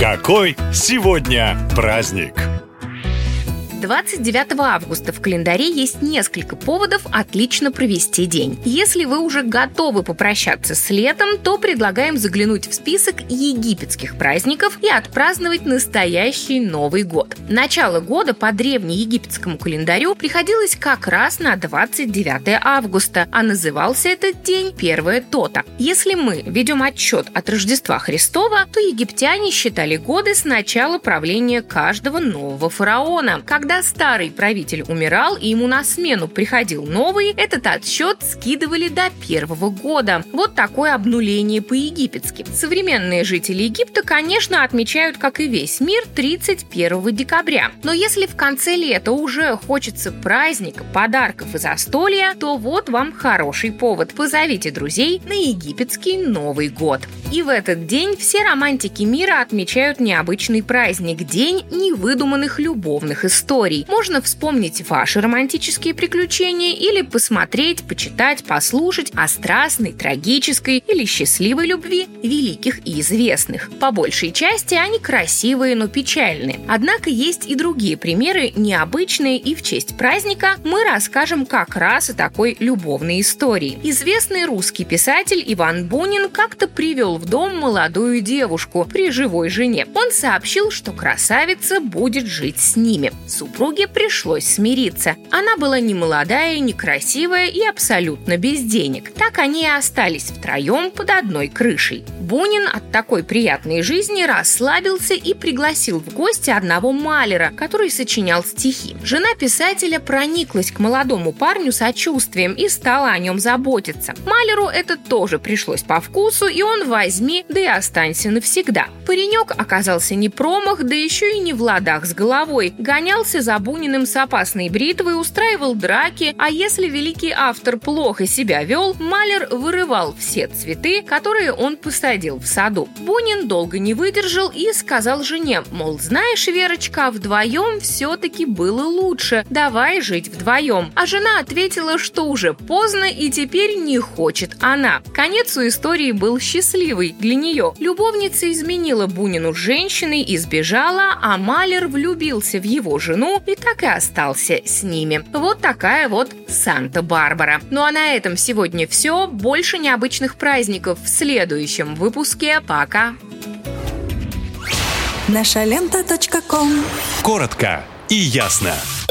Какой сегодня праздник? 29 августа в календаре есть несколько поводов отлично провести день. Если вы уже готовы попрощаться с летом, то предлагаем заглянуть в список египетских праздников и отпраздновать настоящий Новый год. Начало года по древнеегипетскому календарю приходилось как раз на 29 августа, а назывался этот день Первое Тота. Если мы ведем отсчет от Рождества Христова, то египтяне считали годы с начала правления каждого нового фараона. Когда старый правитель умирал и ему на смену приходил новый, этот отсчет скидывали до первого года. Вот такое обнуление по-египетски. Современные жители Египта, конечно, отмечают, как и весь мир, 31 декабря. Но если в конце лета уже хочется праздника, подарков и застолья, то вот вам хороший повод. Позовите друзей на египетский Новый год. И в этот день все романтики мира отмечают необычный праздник – День невыдуманных любовных историй. Можно вспомнить ваши романтические приключения или посмотреть, почитать, послушать о страстной, трагической или счастливой любви великих и известных. По большей части они красивые, но печальные. Однако есть и другие примеры, необычные, и в честь праздника мы расскажем как раз о такой любовной истории. Известный русский писатель Иван Бунин как-то привел в дом молодую девушку при живой жене. Он сообщил, что красавица будет жить с ними. Супруге пришлось смириться. Она была не молодая, не красивая и абсолютно без денег. Так они и остались втроем под одной крышей. Бунин от такой приятной жизни расслабился и пригласил в гости одного маляра, который сочинял стихи. Жена писателя прониклась к молодому парню сочувствием и стала о нем заботиться. Маляру это тоже пришлось по вкусу, и он возьми, да и останься навсегда. Паренек оказался не промах, да еще и не в ладах с головой. Гонялся за Буниным с опасной бритвой, устраивал драки, а если великий автор плохо себя вел, маляр вырывал все цветы, которые он посадил в саду. Бунин долго не выдержал и сказал жене, мол, знаешь, Верочка, вдвоем все-таки было лучше, давай жить вдвоем. А жена ответила, что уже поздно и теперь не хочет она. Конец у истории был счастливый для нее. Любовница изменила Бунину с женщиной и сбежала, а маляр влюбился в его жену и так и остался с ними. Вот такая вот Санта-Барбара. Ну а на этом сегодня все. Больше необычных праздников в следующем выпуске. Пока! Нашалента.ком. Коротко и ясно.